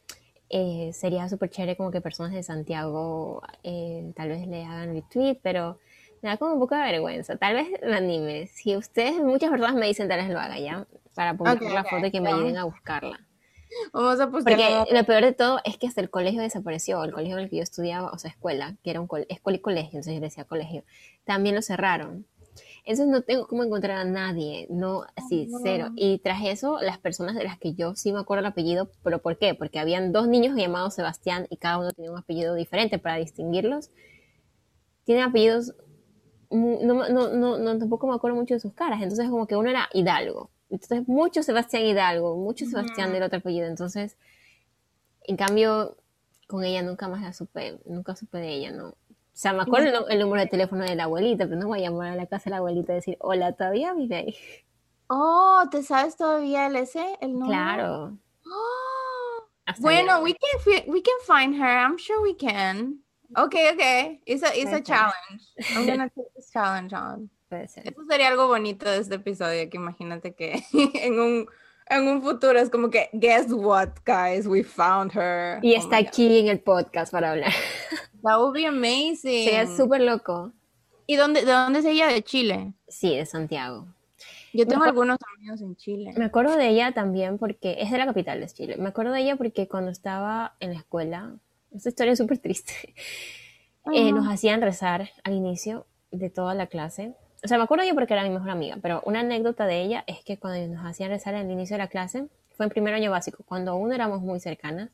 eh, sería súper chévere como que personas de Santiago eh, tal vez le hagan retweet, pero me da como un poco de vergüenza. Tal vez me anime. Si ustedes, muchas personas me dicen, tal vez lo haga ya, para ok, publicar la ok, foto y que me ayuden vamos, a buscarla. vamos a postear Porque como... lo peor de todo es que hasta el colegio desapareció, el colegio en el que yo estudiaba, o sea, escuela, que era un cole, escuela y colegio, entonces yo decía colegio, también lo cerraron. Entonces no tengo cómo encontrar a nadie, no, así, cero. No. Y tras eso, las personas de las que yo sí me acuerdo el apellido, ¿pero por qué? Porque habían dos niños llamados Sebastián y cada uno tenía un apellido diferente para distinguirlos. Tienen apellidos, no, no, no, no, tampoco me acuerdo mucho de sus caras, entonces como que uno era Hidalgo. Entonces mucho Sebastián Hidalgo, mucho Sebastián Ujú. del otro apellido. Entonces, en cambio, con ella nunca más la supe, nunca supe de ella, ¿no? O sea, me acuerdo el, el número de teléfono de la abuelita, pero no voy a llamar a la casa de la abuelita y decir, hola, ¿todavía vive ahí? Oh, ¿te sabes todavía el ese, el número? Claro, Oh, hasta el día de bueno, we hoy. can fi- we can find her. I'm sure we can. Okay, okay. It's a it's Puede a ser, challenge. I'm gonna take this challenge on. puede ser. Eso sería algo bonito de este episodio, que imagínate que en un en un futuro es como que guess what, guys, we found her. Y Oh está my God. aquí en el podcast para hablar. That would be Sería amazing. súper loco. ¿Y dónde de dónde es ella? De Chile. Sí, de Santiago. Yo Me tengo acuerdo, algunos amigos en me Chile. acuerdo de ella también porque es de la capital de Chile. Me acuerdo de ella porque cuando estaba en la escuela, esta historia es súper triste, Ay, eh, nos no. hacían rezar al inicio de toda la clase. O sea, me acuerdo yo porque era mi mejor amiga, pero una anécdota de ella es que cuando nos hacían rezar al inicio de la clase, fue en primer año básico, cuando aún éramos muy cercanas,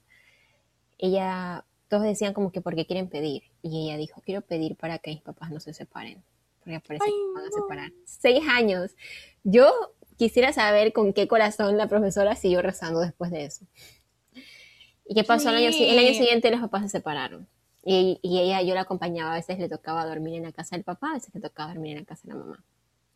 ella, todos decían como que porque quieren pedir, y ella dijo, quiero pedir para que mis papás no se separen, porque parece Ay, que se van a separar. no. Seis años. Yo quisiera saber con qué corazón la profesora siguió rezando después de eso. ¿Y qué pasó el año, el año Sí. siguiente? Los papás se separaron. Y, y ella, yo la acompañaba, a veces le tocaba dormir en la casa del papá, a veces le tocaba dormir en la casa de la mamá.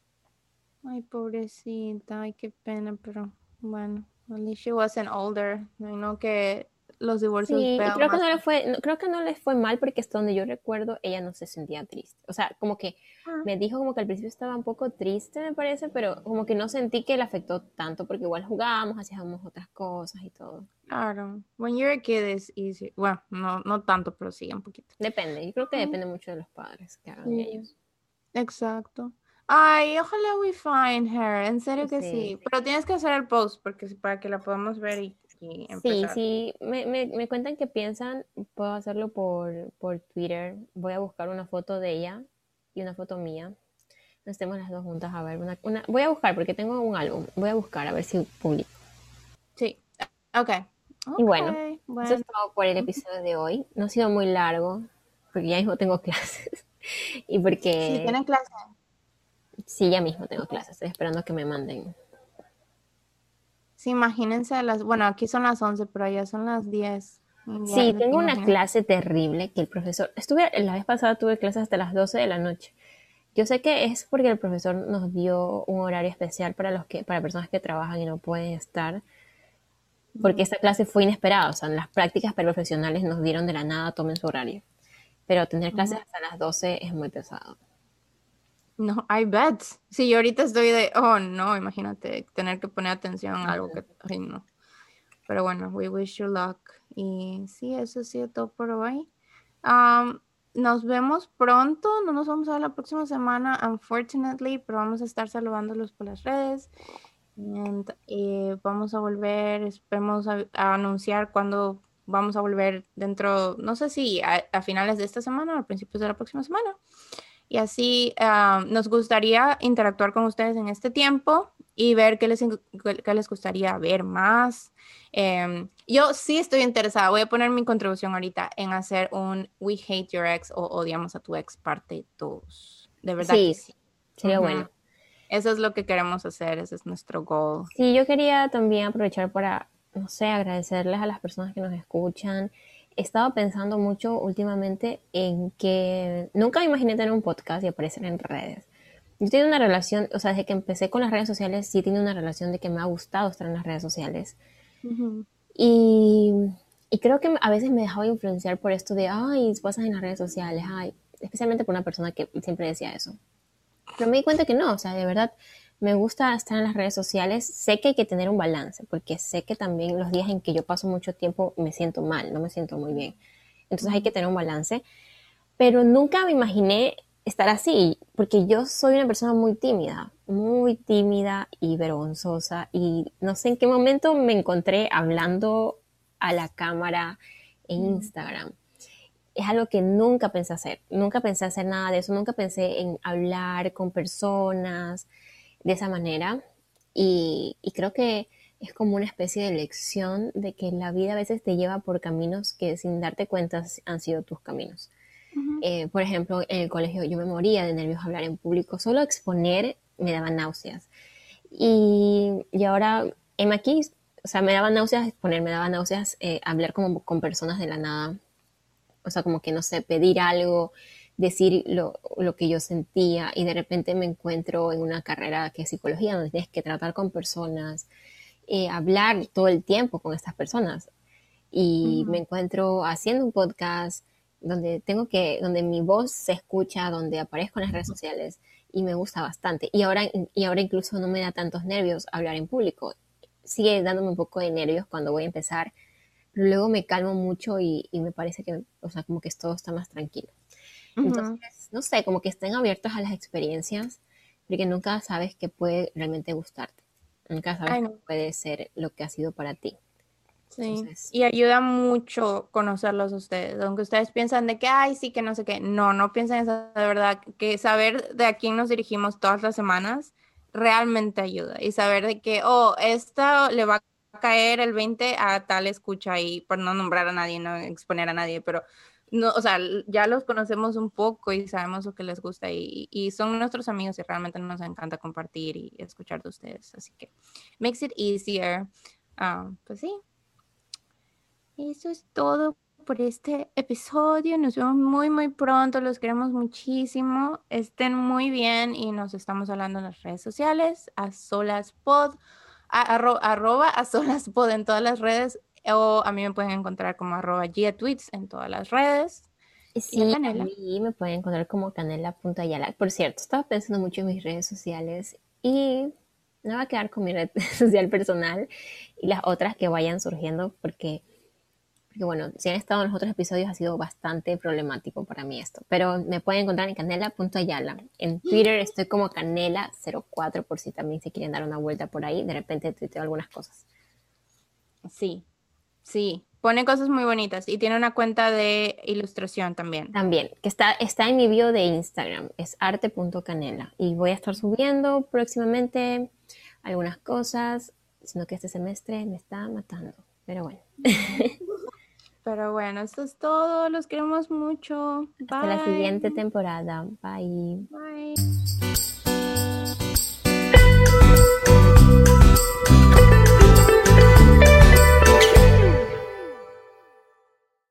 Ay, pobrecita, ay, qué pena, pero bueno, at least she wasn't older. I know que los divorcios Sí, y pegan creo que más. no le fue, no- creo que no les fue mal porque hasta donde yo recuerdo ella no se sentía triste. O sea, como que Ah, me dijo como que al principio estaba un poco triste, me parece, pero como que no sentí que le afectó tanto porque igual jugábamos, hacíamos otras cosas y todo. claro. When you're a kid it's easy. Bueno, no, no tanto, pero sí, un poquito. Depende, yo creo que Ah, depende mucho de los padres que hagan sí, ellos. exacto. Ay, ojalá we find her. En serio que Sí, sí. Pero tienes que hacer el post porque para que la podamos ver y, y sí, empezar. sí, me, me, me cuentan qué piensan, puedo hacerlo por, por Twitter. Voy a buscar una foto de ella y una foto mía. Nos estemos las dos juntas a ver una, una, voy a buscar porque tengo un álbum, voy a buscar a ver si publico. Sí. Ok. Y Ok. bueno, eso Bueno. es todo por el episodio de hoy. No ha sido muy largo porque ya mismo tengo clases y Sí, porque tienen clase. sí, ya mismo tengo clases, estoy esperando que me manden. Sí, imagínense las, bueno, aquí son las once, pero allá son las diez. Y ya, Sí, tengo una imagínense. clase terrible que el profesor, estuve, la vez pasada tuve clases hasta las doce de la noche. Yo sé que es porque el profesor nos dio un horario especial para los que, para personas que trabajan y no pueden estar, porque esta clase fue inesperada, o sea, en las prácticas profesionales nos dieron de la nada, tomen su horario. Pero tener clases Ujú. hasta las doce es muy pesado. No, I bet. Sí, yo ahorita estoy de, oh no, imagínate tener que poner atención a algo que, ay no. Pero bueno, we wish you luck. Y sí, eso ha sido todo por hoy. Am, nos vemos pronto, no nos vamos a ver la próxima semana, unfortunately, pero vamos a estar saludándolos por las redes. And, eh, vamos a volver, esperemos a, a anunciar cuándo vamos a volver dentro, no sé si a, a finales de esta semana o a principios de la próxima semana. Y así ah, nos gustaría interactuar con ustedes en este tiempo y ver qué les, qué les gustaría ver más. Em, yo sí estoy interesada, voy a poner mi contribución ahorita en hacer un We Hate Your Ex o Odiamos a tu Ex parte dos. De verdad que Sí, sí. sería bueno. Eso es lo que queremos hacer, ese es nuestro goal. Sí, yo quería también aprovechar para, no sé, agradecerles a las personas que nos escuchan. He estado pensando mucho últimamente en que nunca me imaginé tener un podcast y aparecer en redes. Yo tengo una relación, o sea, desde que empecé con las redes sociales, sí tengo una relación de que me ha gustado estar en las redes sociales. Uh-huh. Y, y creo que a veces me dejaba influenciar por esto de, ay, pasas en las redes sociales, ay, especialmente por una persona que siempre decía eso. Pero me di cuenta que no, o sea, de verdad me gusta estar en las redes sociales. Sé que hay que tener un balance, porque sé que también los días en que yo paso mucho tiempo me siento mal, no me siento muy bien. Entonces uh-huh. hay que tener un balance. Pero nunca me imaginé estar así, porque yo soy una persona muy tímida, muy tímida y vergonzosa. Y no sé en qué momento me encontré hablando a la cámara en uh-huh. Instagram. Es algo que nunca pensé hacer, nunca pensé hacer nada de eso, nunca pensé en hablar con personas de esa manera y, y creo que es como una especie de lección de que la vida a veces te lleva por caminos que sin darte cuenta han sido tus caminos. Uh-huh. Eh, por ejemplo, en el colegio yo me moría de nervios hablar en público, solo exponer me daba náuseas y, y ahora en aquí, o sea, me daba náuseas exponer, me daba náuseas eh, hablar como con personas de la nada. O sea, como que, no sé, pedir algo, decir lo, lo que yo sentía y de repente me encuentro en una carrera que es psicología, donde tienes que tratar con personas, eh, hablar todo el tiempo con estas personas. Y uh-huh. me encuentro haciendo un podcast donde tengo que, donde mi voz se escucha, donde aparezco en las redes sociales y me gusta bastante. Y ahora, y ahora incluso no me da tantos nervios hablar en público. Sigue dándome un poco de nervios cuando voy a empezar, pero luego me calmo mucho y, y me parece que, o sea, como que todo está más tranquilo. Uh-huh. Entonces, no sé, como que estén abiertos a las experiencias, porque nunca sabes qué puede realmente gustarte. Nunca sabes Ay, no. qué puede ser lo que ha sido para ti. Sí, Entonces, y ayuda mucho conocerlos a ustedes, aunque ustedes piensan de que, ay, sí, que no sé qué, no, no piensen eso de verdad, que saber de a quién nos dirigimos todas las semanas realmente ayuda, y saber de que, oh, esta le va a caer el veinte a tal escucha, y por no nombrar a nadie, no exponer a nadie, pero, no, o sea, ya los conocemos un poco y sabemos lo que les gusta, y, y son nuestros amigos y realmente nos encanta compartir y escuchar de ustedes, así que makes it easier, uh, pues sí. Eso es todo por este episodio. Nos vemos muy, muy pronto. Los queremos muchísimo. Estén muy bien y nos estamos hablando en las redes sociales. A Solas Pod, a, arro, arroba a Solas Pod en todas las redes. O a mí me pueden encontrar como arroba Gia Tweets en todas las redes. Sí, y a, a mí me pueden encontrar como canela.ayala. Por cierto, estaba pensando mucho en mis redes sociales y me va a quedar con mi red social personal y las otras que vayan surgiendo porque... Porque bueno, si han estado en los otros episodios ha sido bastante problemático para mí esto. Pero me pueden encontrar en canela.ayala. En Twitter estoy como canela cero cuatro por si también se quieren dar una vuelta por ahí. De repente tuiteo algunas cosas. Sí, sí. Pone cosas muy bonitas y tiene una cuenta de ilustración también. También, que está, está en mi bio de Instagram. Es arte.canela. Y voy a estar subiendo próximamente algunas cosas. Sino que este semestre me está matando. Pero bueno. Pero bueno, esto es todo. Los queremos mucho. Hasta Bye. La siguiente temporada. Bye. Bye.